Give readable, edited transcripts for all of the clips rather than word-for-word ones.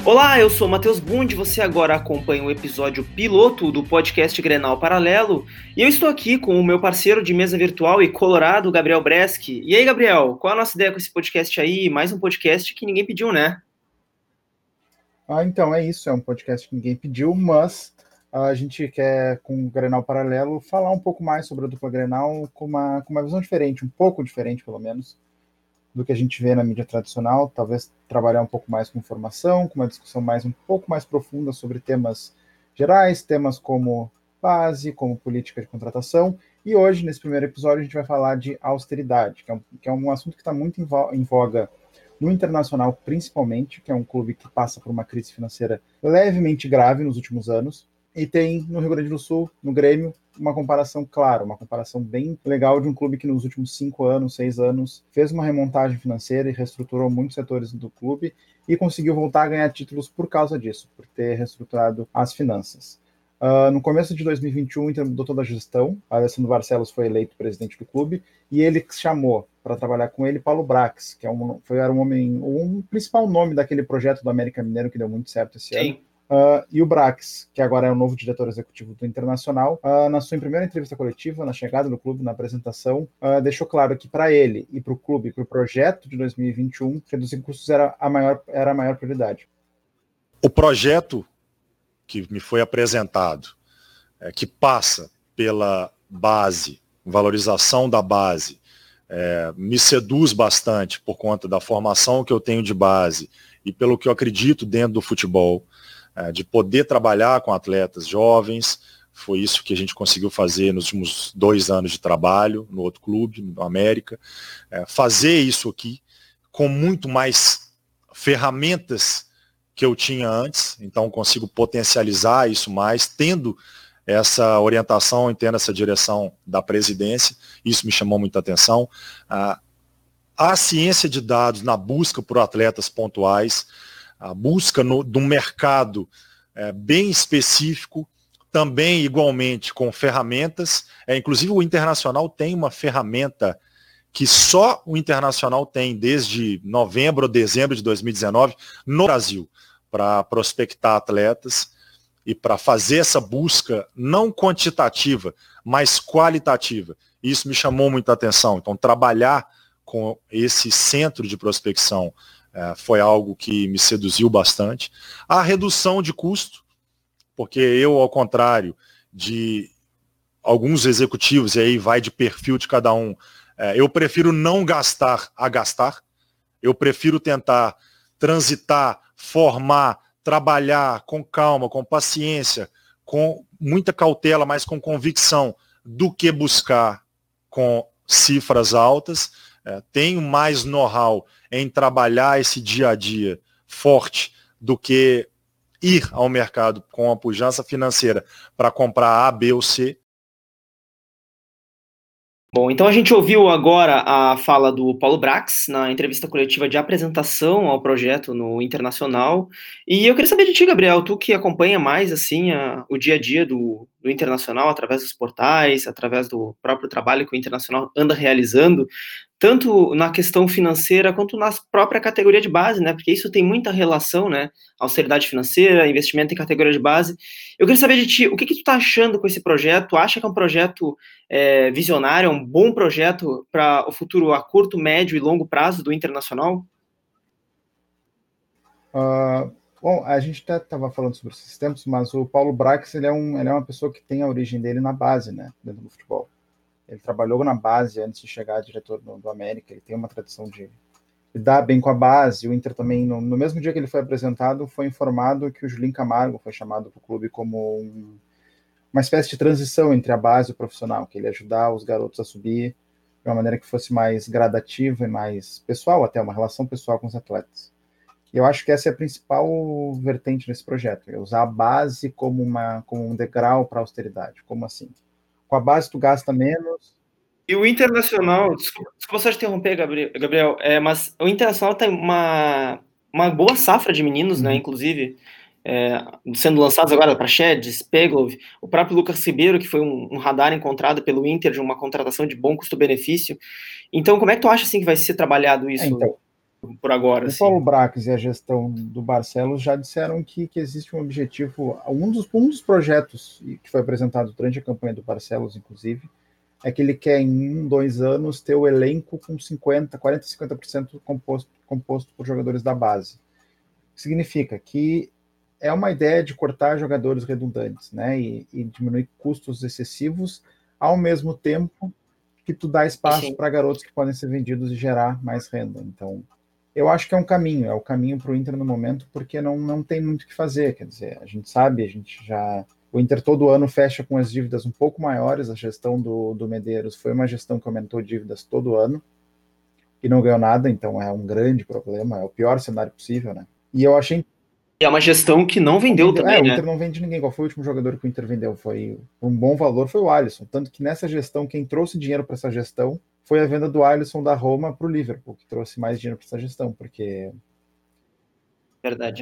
Olá, eu sou o Matheus Bund, você agora acompanha o episódio piloto do podcast Grenal Paralelo, e eu estou aqui com o meu parceiro de mesa virtual e colorado, Gabriel Breski. E aí, Gabriel, qual a nossa ideia com esse podcast aí? Mais um podcast que ninguém pediu, né? Então, é isso, é um podcast que ninguém pediu, mas a gente quer, com o Grenal Paralelo, falar um pouco mais sobre a dupla Grenal com uma visão diferente, um pouco diferente, pelo menos, do que a gente vê na mídia tradicional, talvez trabalhar um pouco mais com informação, com uma discussão um pouco mais profunda sobre temas gerais, temas como base, como política de contratação, e hoje, nesse primeiro episódio, a gente vai falar de austeridade, que é um assunto que está muito em voga no Internacional, principalmente, que é um clube que passa por uma crise financeira levemente grave nos últimos anos, e tem no Rio Grande do Sul, no Grêmio, uma comparação clara, uma comparação bem legal de um clube que nos últimos 5 anos, 6 anos, fez uma remontagem financeira e reestruturou muitos setores do clube e conseguiu voltar a ganhar títulos por causa disso, por ter reestruturado as finanças. No começo de 2021, o Inter mudou toda a gestão. Alessandro Barcelos foi eleito presidente do clube e ele chamou para trabalhar com ele Paulo Brax, que era um principal nome daquele projeto do América Mineiro que deu muito certo esse ano. E o Brax, que agora é o novo diretor executivo do Internacional, na sua primeira entrevista coletiva, na chegada do clube, na apresentação, deixou claro que para ele e para o clube, para o projeto de 2021, reduzir custos era a maior prioridade. O projeto que me foi apresentado, que passa pela base, valorização da base, me seduz bastante por conta da formação que eu tenho de base e pelo que eu acredito dentro do futebol, de poder trabalhar com atletas jovens. Foi isso que a gente conseguiu fazer nos últimos 2 anos de trabalho no outro clube, no América. Fazer isso aqui com muito mais ferramentas que eu tinha antes, então consigo potencializar isso mais, tendo essa orientação e tendo essa direção da presidência. Isso me chamou muita atenção. A ciência de dados na busca por atletas pontuais, a busca de um mercado bem específico, também igualmente com ferramentas. Inclusive o Internacional tem uma ferramenta que só o Internacional tem desde novembro ou dezembro de 2019 no Brasil, para prospectar atletas e para fazer essa busca não quantitativa, mas qualitativa. Isso me chamou muita atenção. Então, trabalhar com esse centro de prospecção foi algo que me seduziu bastante. A redução de custo, porque eu, ao contrário de alguns executivos, e aí vai de perfil de cada um, eu prefiro não gastar a gastar, eu prefiro tentar transitar, formar, trabalhar com calma, com paciência, com muita cautela, mas com convicção, do que buscar com cifras altas. Tenho mais know-how em trabalhar esse dia a dia forte do que ir ao mercado com a pujança financeira para comprar A, B ou C. Bom, então a gente ouviu agora a fala do Paulo Brax na entrevista coletiva de apresentação ao projeto no Internacional. E eu queria saber de ti, Gabriel, tu que acompanha mais assim o dia a dia do Internacional através dos portais, através do próprio trabalho que o Internacional anda realizando, tanto na questão financeira quanto na própria categoria de base, né? Porque isso tem muita relação, né? Austeridade financeira, investimento em categoria de base. Eu queria saber de ti, o que tu tá achando com esse projeto? Tu acha que é um projeto visionário, é um bom projeto para o futuro a curto, médio e longo prazo do Internacional? Bom, a gente até estava falando sobre esses tempos, mas o Paulo Brax ele é uma pessoa que tem a origem dele na base, né? Dentro do futebol. Ele trabalhou na base antes de chegar a diretor do América. Ele tem uma tradição de lidar bem com a base. O Inter também, no mesmo dia que ele foi apresentado, foi informado que o Julinho Camargo foi chamado para o clube como uma espécie de transição entre a base e o profissional, que ele ia ajudar os garotos a subir de uma maneira que fosse mais gradativa e mais pessoal, até uma relação pessoal com os atletas. E eu acho que essa é a principal vertente desse projeto, é usar a base como um degrau para a austeridade. Como assim? Com a base tu gasta menos. E o Internacional, desculpa só te interromper, Gabriel, mas o Internacional tem uma boa safra de meninos, né, inclusive, sendo lançados agora para Shed, Speglov, o próprio Lucas Ribeiro, que foi um radar encontrado pelo Inter de uma contratação de bom custo-benefício. Então, como é que tu acha assim, que vai ser trabalhado isso? Então, por agora. O Assim. Paulo Brax e a gestão do Barcelos já disseram que existe um objetivo, um dos projetos que foi apresentado durante a campanha do Barcelos, inclusive, é que ele quer em 2 anos ter o elenco com 40-50% composto por jogadores da base. Significa que é uma ideia de cortar jogadores redundantes, né, e diminuir custos excessivos, ao mesmo tempo que tu dá espaço para garotos que podem ser vendidos e gerar mais renda. Então, eu acho que é o caminho para o Inter no momento, porque não tem muito o que fazer, quer dizer, a gente já... O Inter todo ano fecha com as dívidas um pouco maiores, a gestão do Medeiros foi uma gestão que aumentou dívidas todo ano, e não ganhou nada, então é um grande problema, é o pior cenário possível, né? E eu achei... É uma gestão que não vendeu também, o Inter não vende ninguém. Qual foi o último jogador que o Inter vendeu? Foi um bom valor, foi o Alisson. Tanto que nessa gestão, quem trouxe dinheiro para essa gestão foi a venda do Alisson da Roma para o Liverpool, que trouxe mais dinheiro para essa gestão, porque verdade.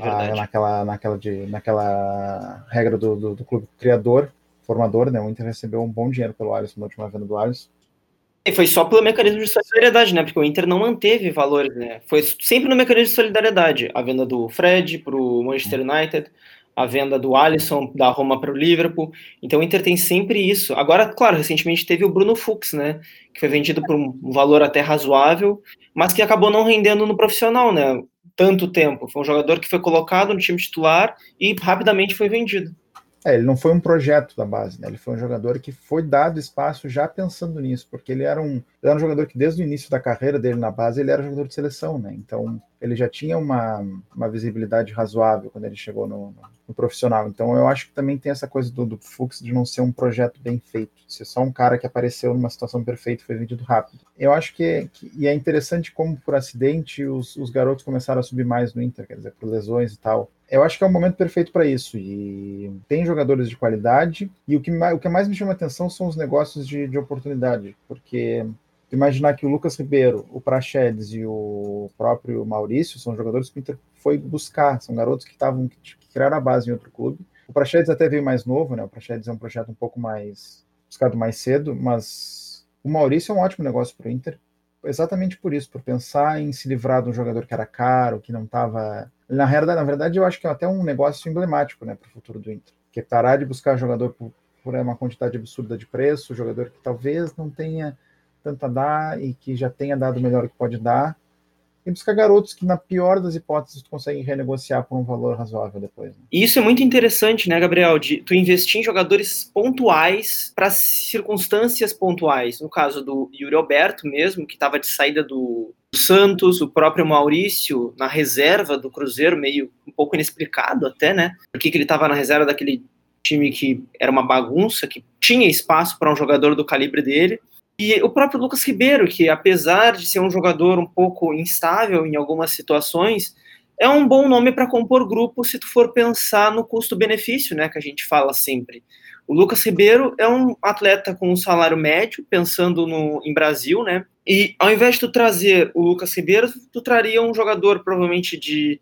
Naquela regra do clube criador, formador, né? O Inter recebeu um bom dinheiro pelo Alisson na última venda do Alisson. E foi só pelo mecanismo de solidariedade, né? Porque o Inter não manteve valores, né? Foi sempre no mecanismo de solidariedade. A venda do Fred para o Manchester United, a venda do Alisson da Roma para o Liverpool. Então o Inter tem sempre isso. Agora, claro, recentemente teve o Bruno Fux, né? Que foi vendido por um valor até razoável, mas que acabou não rendendo no profissional, né? Tanto tempo. Foi um jogador que foi colocado no time titular e rapidamente foi vendido. Ele não foi um projeto da base, né? Ele foi um jogador que foi dado espaço já pensando nisso, porque ele era um jogador que desde o início da carreira dele na base, ele era jogador de seleção, né? Então, ele já tinha uma visibilidade razoável quando ele chegou no profissional. Então, eu acho que também tem essa coisa do Fux de não ser um projeto bem feito, ser só um cara que apareceu numa situação perfeita e foi vendido rápido. Eu acho que é interessante como, por acidente, os garotos começaram a subir mais no Inter, quer dizer, por lesões e tal. Eu acho que é o momento perfeito para isso, e tem jogadores de qualidade, e o que mais me chama a atenção são os negócios de oportunidade, porque imaginar que o Lucas Ribeiro, o Praxedes e o próprio Maurício são jogadores que o Inter foi buscar, são garotos que criaram a base em outro clube. O Praxedes até veio mais novo, né? O Praxedes é um projeto um pouco mais buscado mais cedo, mas o Maurício é um ótimo negócio para o Inter, exatamente por isso, por pensar em se livrar de um jogador que era caro, que não estava... Na verdade, eu acho que é até um negócio emblemático, né, para o futuro do Inter, que é parar de buscar jogador por uma quantidade absurda de preço, jogador que talvez não tenha tanto a dar e que já tenha dado o melhor que pode dar, e buscar garotos que, na pior das hipóteses, tu consegue renegociar por um valor razoável depois. Né? E isso é muito interessante, né, Gabriel, de tu investir em jogadores pontuais para circunstâncias pontuais. No caso do Yuri Alberto mesmo, que estava de saída do Santos, o próprio Maurício na reserva do Cruzeiro, meio um pouco inexplicado até, né? Porque ele estava na reserva daquele time que era uma bagunça, que tinha espaço para um jogador do calibre dele. E o próprio Lucas Ribeiro, que apesar de ser um jogador um pouco instável em algumas situações, é um bom nome para compor grupo se tu for pensar no custo-benefício, né, que a gente fala sempre. O Lucas Ribeiro é um atleta com um salário médio, pensando em Brasil, né, e ao invés de tu trazer o Lucas Ribeiro, tu traria um jogador provavelmente de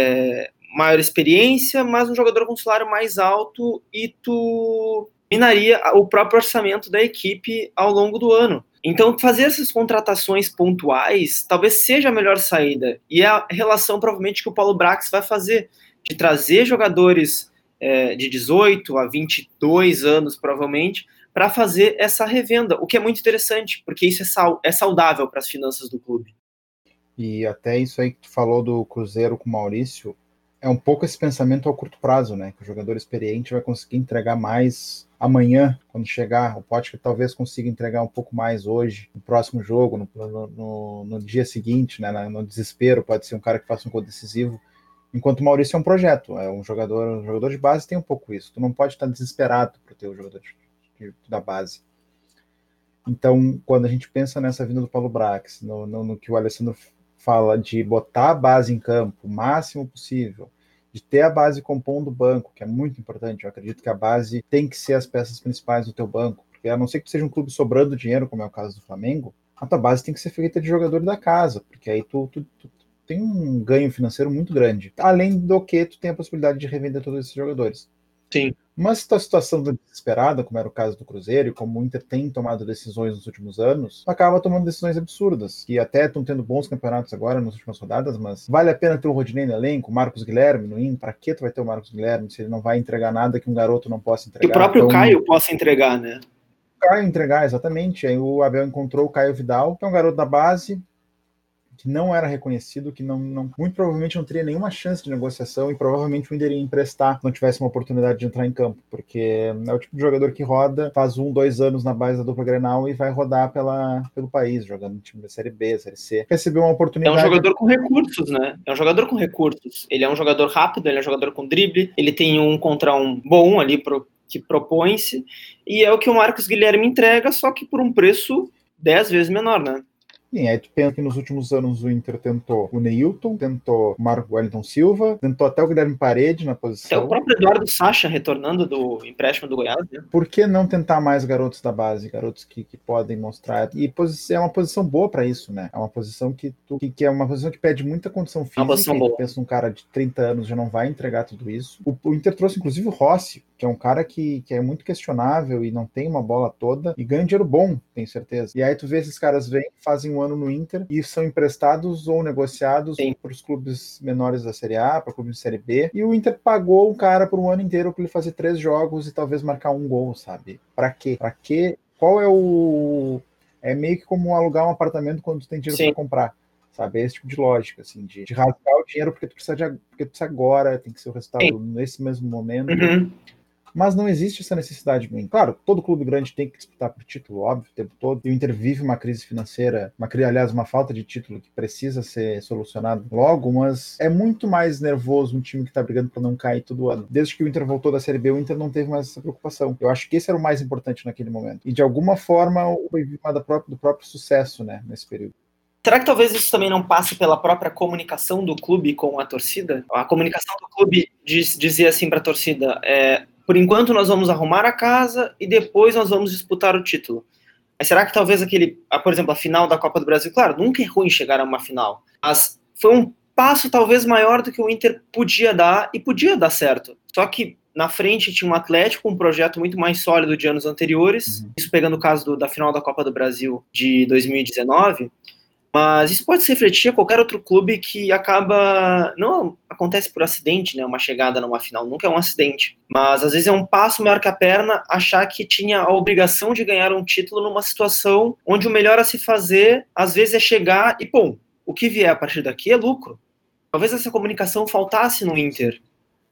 maior experiência, mas um jogador com salário mais alto, e tu minaria o próprio orçamento da equipe ao longo do ano. Então, fazer essas contratações pontuais talvez seja a melhor saída. E é a relação, provavelmente, que o Paulo Brax vai fazer, de trazer jogadores de 18 a 22 anos, provavelmente, para fazer essa revenda, o que é muito interessante, porque isso é saudável para as finanças do clube. E até isso aí que tu falou do Cruzeiro com o Maurício, é um pouco esse pensamento ao curto prazo, né? Que o jogador experiente vai conseguir entregar mais amanhã, quando chegar. O Potker talvez consiga entregar um pouco mais hoje, no próximo jogo, no dia seguinte, né? No desespero, pode ser um cara que faça um gol decisivo. Enquanto o Maurício é um projeto, é um jogador de base tem um pouco isso. Tu não pode estar desesperado por ter o jogador da base. Então, quando a gente pensa nessa vinda do Paulo Brax, no que o Alessandro fala de botar a base em campo o máximo possível, de ter a base compondo o banco, que é muito importante. Eu acredito que a base tem que ser as peças principais do teu banco, porque a não ser que seja um clube sobrando dinheiro, como é o caso do Flamengo, a tua base tem que ser feita de jogador da casa, porque aí tu tem um ganho financeiro muito grande. Além do que tu tem a possibilidade de revender todos esses jogadores. Sim. Mas se a situação desesperada, como era o caso do Cruzeiro, e como o Inter tem tomado decisões nos últimos anos, acaba tomando decisões absurdas, que até estão tendo bons campeonatos agora nas últimas rodadas, mas vale a pena ter o Rodinei no elenco, o Marcos Guilherme no Inter? Pra que tu vai ter o Marcos Guilherme se ele não vai entregar nada que um garoto não possa entregar? Que o próprio Caio possa entregar, né? Caio entregar, exatamente. Aí o Abel encontrou o Caio Vidal, que é um garoto da base, que não era reconhecido, que muito provavelmente não teria nenhuma chance de negociação e provavelmente o Inter ia emprestar se não tivesse uma oportunidade de entrar em campo, porque é o tipo de jogador que roda, faz 2 anos na base da dupla Grenal e vai rodar pelo país, jogando no time da Série B, Série C. Recebeu uma oportunidade... É um jogador com recursos, né? É um jogador com recursos. Ele é um jogador rápido, ele é um jogador com drible, ele tem um contra um bom ali que propõe-se, e é o que o Marcos Guilherme entrega, só que por um preço 10 vezes menor, né? Sim, aí tu pensa que nos últimos anos o Inter tentou o Neilton, tentou o Marco Wellington Silva, tentou até o Guilherme Parede na posição. Até o próprio Eduardo Sacha retornando do empréstimo do Goiás, né? Por que não tentar mais garotos da base, garotos que podem mostrar? E é uma posição boa para isso, né? É uma posição que é uma posição que pede muita condição física. É uma posição boa. Tu pensa num cara de 30 anos já não vai entregar tudo isso. O Inter trouxe inclusive o Rossi, que é um cara que é muito questionável e não tem uma bola toda e ganha dinheiro bom, tenho certeza. E aí tu vê esses caras vêm, fazem um ano no Inter e são emprestados ou negociados para os clubes menores da Série A, para clubes de Série B, e o Inter pagou o cara por um ano inteiro para ele fazer 3 jogos e talvez marcar um gol, sabe? Pra quê? Pra quê? Qual é o... É meio que como alugar um apartamento quando tu tem dinheiro para comprar, sabe? É esse tipo de lógica, assim, de rasgar o dinheiro porque tu precisa agora, tem que ser o resultado nesse mesmo momento. Uhum. Mas não existe essa necessidade. Claro, todo clube grande tem que disputar por título, óbvio, o tempo todo. E o Inter vive uma crise financeira, uma falta de título que precisa ser solucionada logo, mas é muito mais nervoso um time que está brigando para não cair todo ano. Desde que o Inter voltou da Série B, o Inter não teve mais essa preocupação. Eu acho que esse era o mais importante naquele momento. E de alguma forma foi vítima do próprio sucesso, né, nesse período. Será que talvez isso também não passe pela própria comunicação do clube com a torcida? A comunicação do clube dizia assim para a torcida, por enquanto nós vamos arrumar a casa e depois nós vamos disputar o título. Mas será que talvez por exemplo, a final da Copa do Brasil, claro, nunca é ruim chegar a uma final, mas foi um passo talvez maior do que o Inter podia dar e podia dar certo. Só que na frente tinha um Atlético, um projeto muito mais sólido de anos anteriores, isso pegando o caso da final da Copa do Brasil de 2019, mas isso pode se refletir a qualquer outro clube que acaba... Não acontece por acidente, né? Uma chegada numa final nunca é um acidente. Mas às vezes é um passo maior que a perna achar que tinha a obrigação de ganhar um título numa situação onde o melhor a se fazer, às vezes, é chegar e, pô, o que vier a partir daqui é lucro. Talvez essa comunicação faltasse no Inter.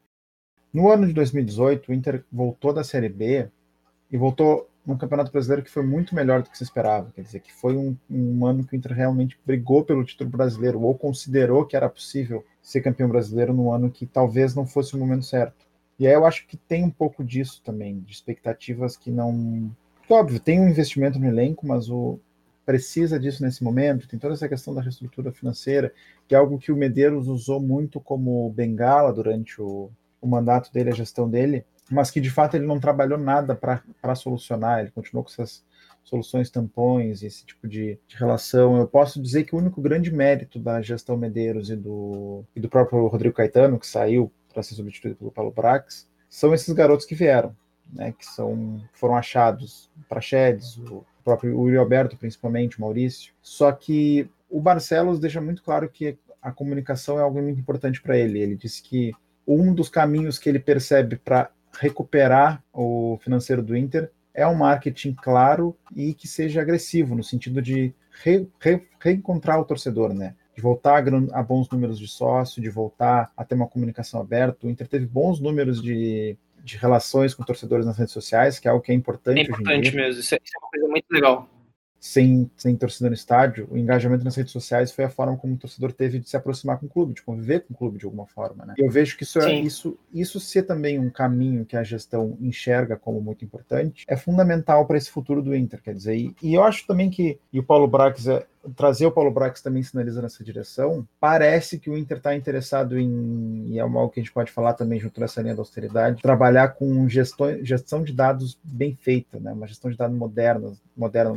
No ano de 2018, o Inter voltou da Série B e voltou num Campeonato Brasileiro que foi muito melhor do que se esperava. Quer dizer, que foi um ano que o Inter realmente brigou pelo título brasileiro, ou considerou que era possível ser campeão brasileiro num ano que talvez não fosse o momento certo. E aí eu acho que tem um pouco disso também, de expectativas que não... Porque, óbvio, tem um investimento no elenco, mas precisa disso nesse momento. Tem toda essa questão da reestrutura financeira, que é algo que o Medeiros usou muito como bengala durante o mandato dele, a gestão dele, mas que de fato ele não trabalhou nada para solucionar, ele continuou com essas soluções tampões, esse tipo de relação. Eu posso dizer que o único grande mérito da gestão Medeiros e do próprio Rodrigo Caetano, que saiu para ser substituído pelo Paulo Brax, são esses garotos que vieram, né, que foram achados, o Praxedes, o próprio Yuri Alberto, principalmente, o Maurício. Só que o Barcelos deixa muito claro que a comunicação é algo muito importante para ele. Ele disse que um dos caminhos que ele percebe para recuperar o financeiro do Inter é um marketing claro e que seja agressivo, no sentido de reencontrar o torcedor, né? De voltar a bons números de sócio, de voltar a ter uma comunicação aberta. O Inter teve bons números de relações com torcedores nas redes sociais, que é algo que é importante hoje em dia. É importante mesmo, isso é uma coisa muito legal. Sem torcida no estádio, o engajamento nas redes sociais foi a forma como o torcedor teve de se aproximar com o clube, de conviver com o clube de alguma forma, né? E eu vejo que isso ser também um caminho que a gestão enxerga como muito importante, é fundamental para esse futuro do Inter, quer dizer, e eu acho também que, e o Paulo Brax, trazer o Paulo Brax também sinaliza nessa direção, parece que o Inter está interessado e é algo que a gente pode falar também junto nessa linha da austeridade, trabalhar com gestão de dados bem feita, né? Uma gestão de dados moderna no futebol.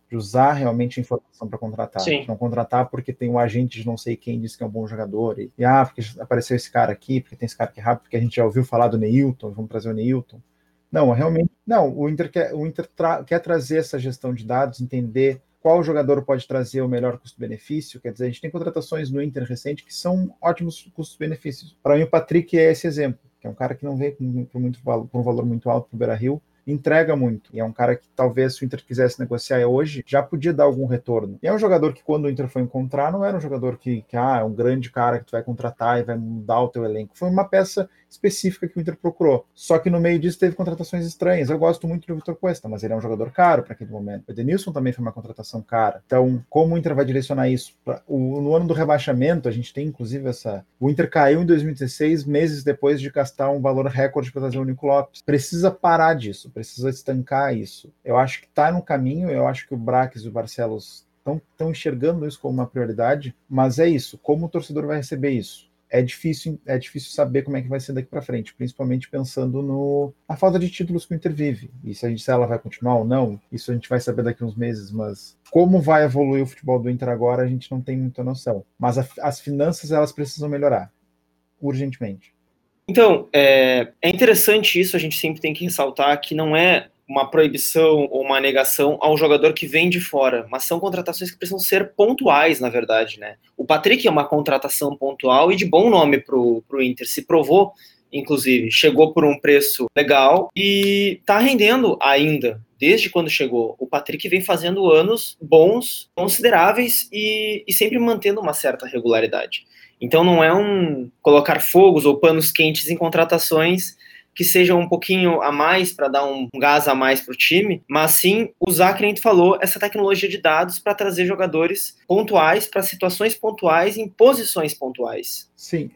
de usar realmente a informação para contratar. Sim. Não contratar porque tem um agente de não sei quem disse que é um bom jogador, e porque apareceu esse cara aqui, porque tem esse cara que é rápido, porque a gente já ouviu falar do Neilton, vamos trazer o Neilton. Não, realmente, não, o Inter quer trazer essa gestão de dados, entender qual jogador pode trazer o melhor custo-benefício. Quer dizer, a gente tem contratações no Inter recente que são ótimos custos-benefícios. Para mim, o Patrick é esse exemplo, que é um cara que não veio por um valor muito alto para o Beira-Rio, entrega muito, e é um cara que talvez se o Inter quisesse negociar hoje, já podia dar algum retorno. E é um jogador que quando o Inter foi encontrar, não era um jogador que é um grande cara que tu vai contratar e vai mudar o teu elenco. Foi uma peça específica que o Inter procurou. Só que no meio disso teve contratações estranhas. Eu gosto muito do Vitor Cuesta, mas ele é um jogador caro para aquele momento. O Edenilson também foi uma contratação cara. Então, como o Inter vai direcionar isso? No ano do rebaixamento, a gente tem inclusive o Inter caiu em 2016, meses depois de gastar um valor recorde para trazer o Nico Lopes. Precisa parar disso, precisa estancar isso. Eu acho que está no caminho, eu acho que o Brax e o Barcelos estão enxergando isso como uma prioridade, mas é isso. Como o torcedor vai receber isso? É difícil saber como é que vai ser daqui para frente, principalmente pensando na falta de títulos que o Inter vive. E se ela vai continuar ou não, isso a gente vai saber daqui a uns meses, mas como vai evoluir o futebol do Inter agora, a gente não tem muita noção. Mas as finanças, elas precisam melhorar, urgentemente. Então, é interessante isso, a gente sempre tem que ressaltar que não é uma proibição ou uma negação ao jogador que vem de fora, mas são contratações que precisam ser pontuais, na verdade, né? O Patrick é uma contratação pontual e de bom nome pro Inter, se provou, inclusive, chegou por um preço legal e tá rendendo ainda, desde quando chegou. O Patrick vem fazendo anos bons, consideráveis e sempre mantendo uma certa regularidade. Então não é um colocar fogos ou panos quentes em contratações que sejam um pouquinho a mais para dar um gás a mais para o time, mas sim usar, que a gente falou, essa tecnologia de dados para trazer jogadores pontuais para situações pontuais em posições pontuais. Sim,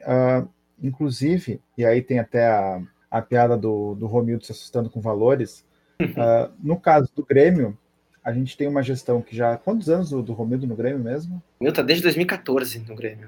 inclusive, e aí tem até a piada do Romildo se assustando com valores, no caso do Grêmio, a gente tem uma gestão que já... Quantos anos do Romildo no Grêmio mesmo? O meu tá desde 2014 no Grêmio.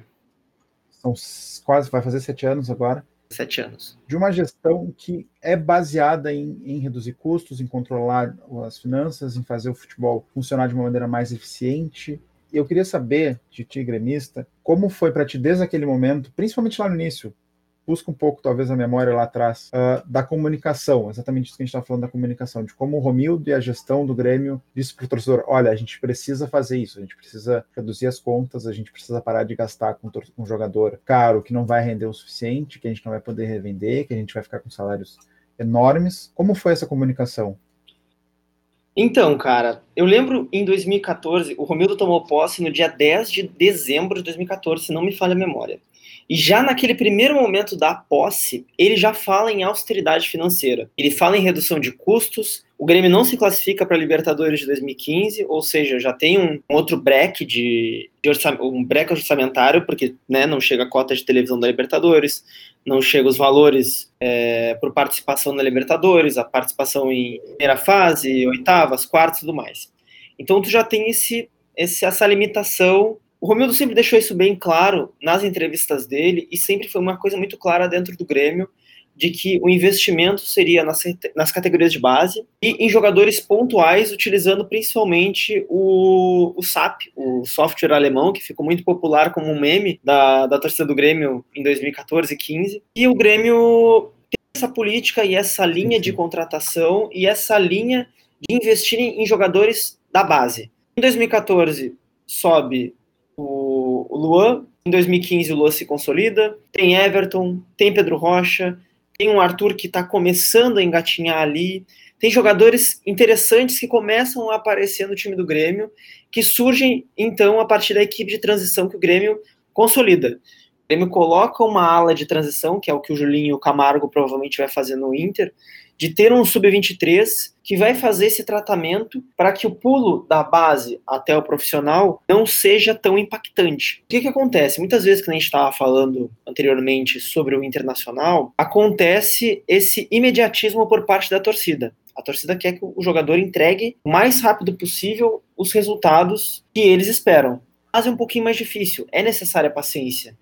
São quase, vai fazer 7 anos agora. 7 anos. De uma gestão que é baseada em reduzir custos, em controlar as finanças, em fazer o futebol funcionar de uma maneira mais eficiente. Eu queria saber, de ti, gremista, como foi para ti desde aquele momento, principalmente lá no início, busca um pouco, talvez, a memória lá atrás, da comunicação, exatamente isso que a gente está falando da comunicação, de como o Romildo e a gestão do Grêmio disse para o torcedor, olha, a gente precisa fazer isso, a gente precisa reduzir as contas, a gente precisa parar de gastar com um jogador caro que não vai render o suficiente, que a gente não vai poder revender, que a gente vai ficar com salários enormes. Como foi essa comunicação? Então, cara, eu lembro em 2014, o Romildo tomou posse no dia 10 de dezembro de 2014, se não me falha a memória. E já naquele primeiro momento da posse, ele já fala em austeridade financeira. Ele fala em redução de custos. O Grêmio não se classifica para a Libertadores de 2015, ou seja, já tem um outro break um break orçamentário, porque não chega a cota de televisão da Libertadores, não chega os valores por participação na Libertadores, a participação em primeira fase, oitavas, quartas e tudo mais. Então tu já tem essa limitação. O Romildo sempre deixou isso bem claro nas entrevistas dele e sempre foi uma coisa muito clara dentro do Grêmio de que o investimento seria nas categorias de base e em jogadores pontuais, utilizando principalmente o SAP, o software alemão, que ficou muito popular como um meme da torcida do Grêmio em 2014 e 2015. E o Grêmio tem essa política e essa linha de contratação e essa linha de investir em jogadores da base. Em 2014, sobe o Luan, em 2015 o Luan se consolida, tem Everton, tem Pedro Rocha, tem um Arthur que está começando a engatinhar ali, tem jogadores interessantes que começam a aparecer no time do Grêmio, que surgem então a partir da equipe de transição que o Grêmio consolida. O Grêmio coloca uma ala de transição, que é o que o Julinho Camargo provavelmente vai fazer no Inter, de ter um sub-23 que vai fazer esse tratamento para que o pulo da base até o profissional não seja tão impactante. O que acontece? Muitas vezes, que a gente estava falando anteriormente sobre o Internacional, acontece esse imediatismo por parte da torcida. A torcida quer que o jogador entregue o mais rápido possível os resultados que eles esperam. Mas é um pouquinho mais difícil, é necessária paciência.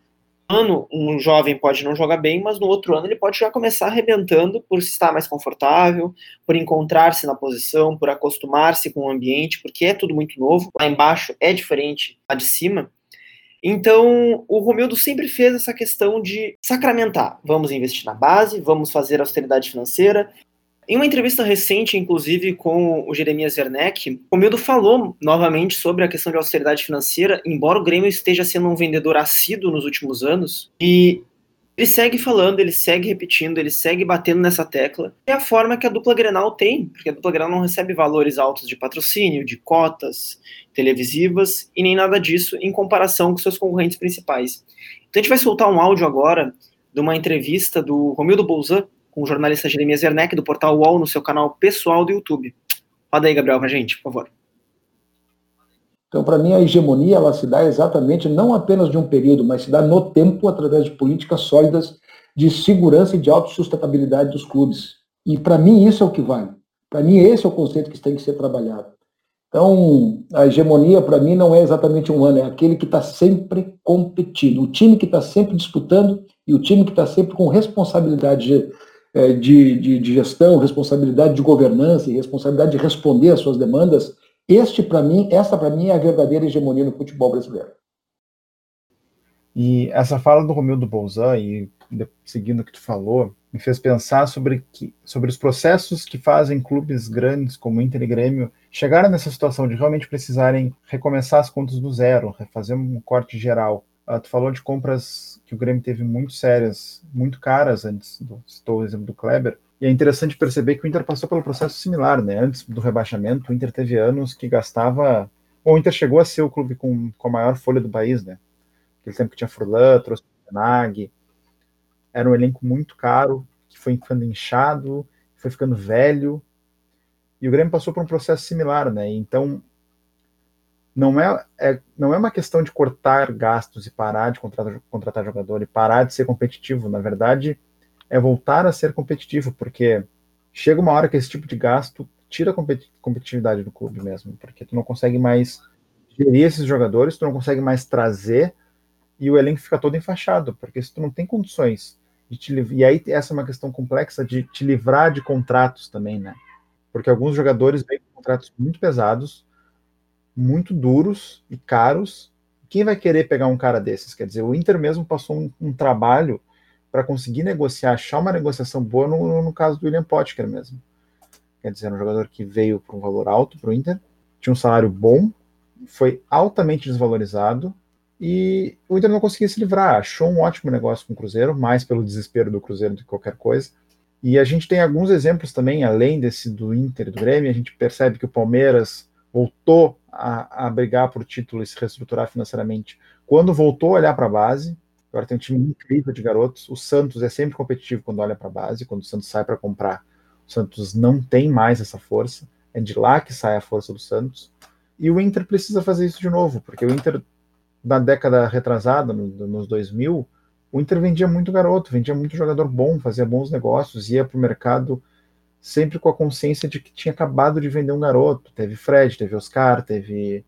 ano um jovem pode não jogar bem, mas no outro ano ele pode já começar arrebentando por estar mais confortável, por encontrar-se na posição, por acostumar-se com o ambiente, porque é tudo muito novo. Lá embaixo é diferente lá de cima. Então, o Romildo sempre fez essa questão de sacramentar. Vamos investir na base, vamos fazer austeridade financeira. Em uma entrevista recente, inclusive, com o Jeremias Werneck, o Romildo falou novamente sobre a questão de austeridade financeira, embora o Grêmio esteja sendo um vendedor assíduo nos últimos anos, e ele segue falando, ele segue repetindo, ele segue batendo nessa tecla. É a forma que a dupla Grenal tem, porque a dupla Grenal não recebe valores altos de patrocínio, de cotas televisivas e nem nada disso em comparação com seus concorrentes principais. Então a gente vai soltar um áudio agora de uma entrevista do Romildo Bolzan com o jornalista Jeremias Werneck do portal UOL no seu canal pessoal do YouTube. Roda aí, Gabriel, pra gente, por favor. Então, para mim, a hegemonia ela se dá exatamente não apenas de um período, mas se dá no tempo através de políticas sólidas de segurança e de autossustentabilidade dos clubes. E, para mim, isso é o que vale. Para mim, esse é o conceito que tem que ser trabalhado. Então, a hegemonia, para mim, não é exatamente um ano, é aquele que está sempre competindo. O time que está sempre disputando e o time que está sempre com responsabilidade de gestão, responsabilidade de governança e responsabilidade de responder às suas demandas. Essa para mim é a verdadeira hegemonia no futebol brasileiro. E essa fala do Romildo Bolzan, e seguindo o que tu falou, me fez pensar sobre os processos que fazem clubes grandes como Inter e Grêmio chegarem nessa situação de realmente precisarem recomeçar as contas do zero, fazer um corte geral. Tu falou de compras que o Grêmio teve muito sérias, muito caras antes, citou o exemplo do Kleber. E é interessante perceber que o Inter passou pelo processo similar, né? Antes do rebaixamento, o Inter teve anos que gastava... Bom, o Inter chegou a ser o clube com a maior folha do país, né? Aquele tempo que tinha Furlan, trouxe o Nag. Era um elenco muito caro, que foi ficando inchado, foi ficando velho. E o Grêmio passou por um processo similar, né? Então, não é uma questão de cortar gastos e parar de contratar jogador e parar de ser competitivo. Na verdade, é voltar a ser competitivo, porque chega uma hora que esse tipo de gasto tira a competitividade do clube mesmo, porque tu não consegue mais gerir esses jogadores, tu não consegue mais trazer, e o elenco fica todo enfaixado, porque se tu não tem condições de te livrar, e aí essa é uma questão complexa de te livrar de contratos também, né? Porque alguns jogadores vêm com contratos muito pesados, muito duros e caros. Quem vai querer pegar um cara desses? Quer dizer, o Inter mesmo passou um trabalho para conseguir negociar, achar uma negociação boa no caso do William Potker mesmo. Quer dizer, um jogador que veio por um valor alto para o Inter, tinha um salário bom, foi altamente desvalorizado, e o Inter não conseguia se livrar. Achou um ótimo negócio com o Cruzeiro, mais pelo desespero do Cruzeiro do que qualquer coisa. E a gente tem alguns exemplos também, além desse do Inter e do Grêmio, a gente percebe que o Palmeiras voltou a brigar por título e se reestruturar financeiramente quando voltou a olhar para a base. Agora tem um time incrível de garotos. O Santos é sempre competitivo quando olha para a base. Quando o Santos sai para comprar, o Santos não tem mais essa força. É de lá que sai a força do Santos. E o Inter precisa fazer isso de novo, porque o Inter, na década retrasada, nos 2000, o Inter vendia muito garoto, vendia muito jogador bom, fazia bons negócios, ia para o mercado sempre com a consciência de que tinha acabado de vender um garoto. Teve Fred, teve Oscar, teve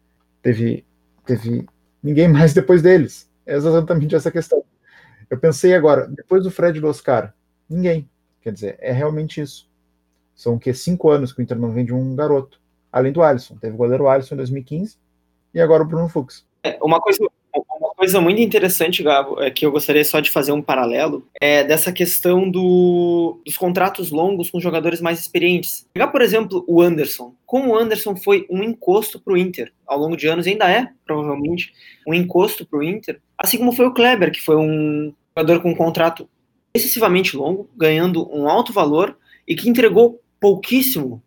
ninguém mais depois deles. É exatamente essa questão. Eu pensei agora, depois do Fred e do Oscar, ninguém. Quer dizer, é realmente isso. São 5 anos que o Inter não vende um garoto. Além do Alisson. Teve o goleiro Alisson em 2015 e agora o Bruno Fux. Uma coisa muito interessante, Gabo, é que eu gostaria só de fazer um paralelo, é dessa questão dos contratos longos com jogadores mais experientes. Pegar, por exemplo, o Anderson. Como o Anderson foi um encosto para o Inter ao longo de anos, ainda é, provavelmente, um encosto para o Inter, assim como foi o Kleber, que foi um jogador com um contrato excessivamente longo, ganhando um alto valor e que entregou pouquíssimo.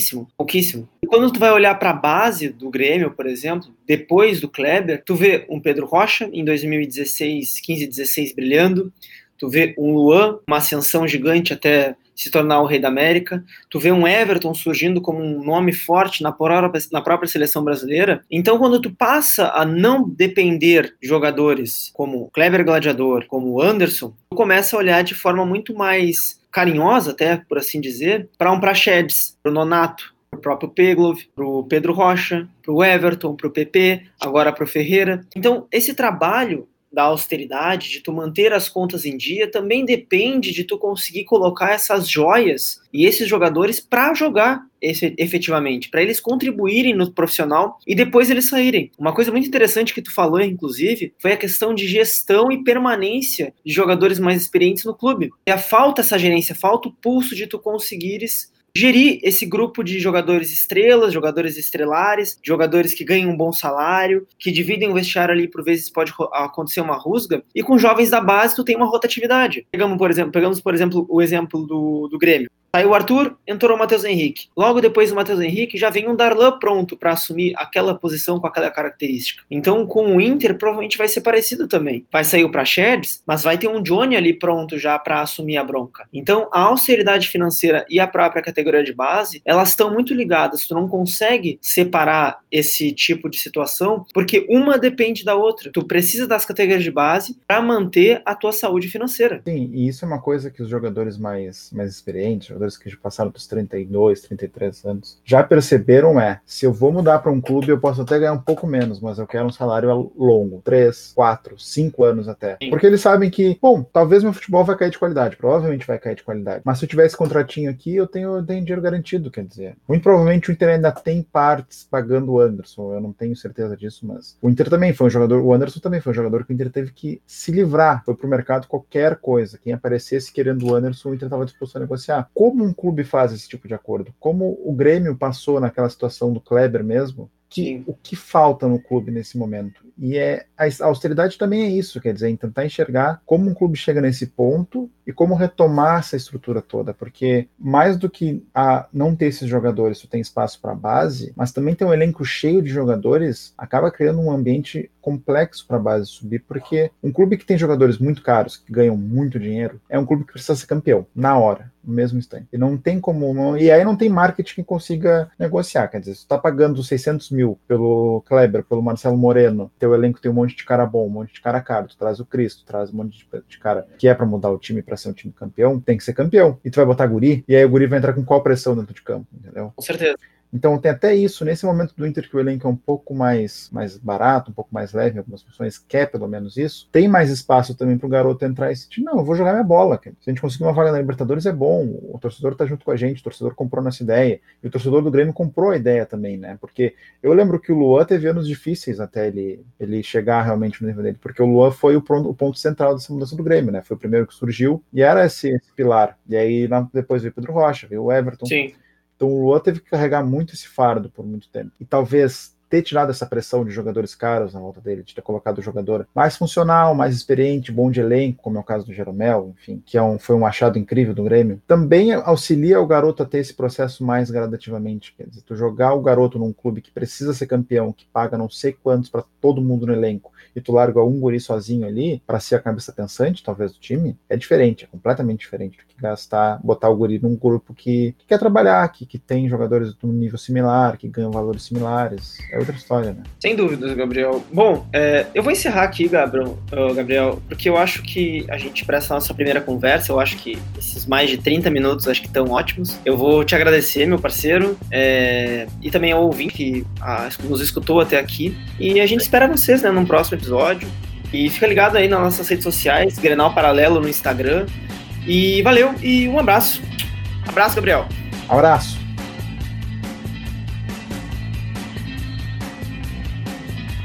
E quando tu vai olhar para a base do Grêmio, por exemplo, depois do Kleber, tu vê um Pedro Rocha em 2016, 15, 16 brilhando, tu vê um Luan, uma ascensão gigante até se tornar o rei da América, tu vê um Everton surgindo como um nome forte na própria seleção brasileira. Então, quando tu passa a não depender de jogadores como Kleber Gladiador, como o Anderson, tu começa a olhar de forma muito mais carinhosa, até por assim dizer, para um Praxedes, para o Nonato, para o próprio Peglov, para o Pedro Rocha, para o Everton, para o PP, agora para o Ferreira. Então, esse trabalho da austeridade, de tu manter as contas em dia, também depende de tu conseguir colocar essas joias e esses jogadores para jogar efetivamente, para eles contribuírem no profissional e depois eles saírem. Uma coisa muito interessante que tu falou, inclusive, foi a questão de gestão e permanência de jogadores mais experientes no clube. E falta essa gerência, falta o pulso de tu conseguires gerir esse grupo de jogadores estrelas, jogadores estrelares, jogadores que ganham um bom salário, que dividem o vestiário ali, por vezes pode acontecer uma rusga, e com jovens da base tu tem uma rotatividade. Pegamos, por exemplo, o exemplo do Grêmio. Saiu o Arthur, entrou o Matheus Henrique. Logo depois do Matheus Henrique, já vem um Darlan pronto para assumir aquela posição com aquela característica. Então, com o Inter, provavelmente vai ser parecido também. Vai sair o Praxedes, mas vai ter um Johnny ali pronto já para assumir a bronca. Então, a austeridade financeira e a própria categoria de base, elas estão muito ligadas. Tu não consegue separar esse tipo de situação, porque uma depende da outra. Tu precisa das categorias de base para manter a tua saúde financeira. Sim, e isso é uma coisa que os jogadores mais experientes, jogadores que já passaram dos 32, 33 anos, já perceberam se eu vou mudar para um clube, eu posso até ganhar um pouco menos, mas eu quero um salário longo, 3, 4, 5 anos até. Sim. Porque eles sabem que, bom, talvez meu futebol vai cair de qualidade, provavelmente vai cair de qualidade, mas se eu tiver esse contratinho aqui, eu tenho dinheiro garantido, quer dizer. Muito provavelmente o Inter ainda tem partes pagando o Anderson, eu não tenho certeza disso, mas o Inter também foi um jogador, o Anderson também foi um jogador que o Inter teve que se livrar, foi pro mercado qualquer coisa, quem aparecesse querendo o Anderson, o Inter estava disposto a negociar. Como um clube faz esse tipo de acordo? Como o Grêmio passou naquela situação do Kleber mesmo, o que falta no clube nesse momento? E a austeridade também é isso, quer dizer, tentar enxergar como um clube chega nesse ponto e como retomar essa estrutura toda, porque mais do que não ter esses jogadores, tu tem espaço para a base, mas também ter um elenco cheio de jogadores, acaba criando um ambiente complexo para a base subir, porque um clube que tem jogadores muito caros, que ganham muito dinheiro, é um clube que precisa ser campeão, na hora, no mesmo instante. E não tem como... E aí não tem marketing que consiga negociar, quer dizer, se tu tá pagando 600 mil pelo Kleber, pelo Marcelo Moreno, teu elenco tem um monte de cara bom, um monte de cara caro, tu traz o Cristo, tu traz um monte de cara que é para mudar o time para ser um time campeão, tem que ser campeão. E tu vai botar guri, e aí o guri vai entrar com qual pressão dentro de campo, entendeu? Com certeza. Então tem até isso, nesse momento do Inter que o elenco é um pouco mais barato, um pouco mais leve em algumas funções, quer pelo menos isso, tem mais espaço também pro garoto entrar e sentir, não, eu vou jogar minha bola, cara. Se a gente conseguir uma vaga na Libertadores é bom, o torcedor tá junto com a gente, o torcedor comprou nossa ideia, e o torcedor do Grêmio comprou a ideia também, né, porque eu lembro que o Luan teve anos difíceis até ele chegar realmente no nível dele, porque o Luan foi o ponto central dessa mudança do Grêmio, né, foi o primeiro que surgiu, e era esse pilar, e aí depois veio Pedro Rocha, veio o Everton. Sim. Então o Luan teve que carregar muito esse fardo por muito tempo. E talvez ter tirado essa pressão de jogadores caros na volta dele, de ter colocado o jogador mais funcional, mais experiente, bom de elenco, como é o caso do Jeromel, enfim, que foi um achado incrível do Grêmio, também auxilia o garoto a ter esse processo mais gradativamente. Quer dizer, tu jogar o garoto num clube que precisa ser campeão, que paga não sei quantos para todo mundo no elenco, e tu larga um guri sozinho ali, para ser a cabeça pensante, talvez, do time, é diferente, é completamente diferente do que botar o guri num grupo que quer trabalhar, que tem jogadores de um nível similar, que ganham valores similares. É outra história, né? Sem dúvidas, Gabriel. Bom, eu vou encerrar aqui, Gabriel, porque eu acho que a gente, para essa nossa primeira conversa, eu acho que esses mais de 30 minutos acho que estão ótimos. Eu vou te agradecer, meu parceiro, e também ao ouvinte que nos escutou até aqui. E a gente espera vocês, né, num próximo episódio. E fica ligado aí nas nossas redes sociais, Grenal Paralelo no Instagram. E valeu, e um abraço. Abraço, Gabriel. Abraço.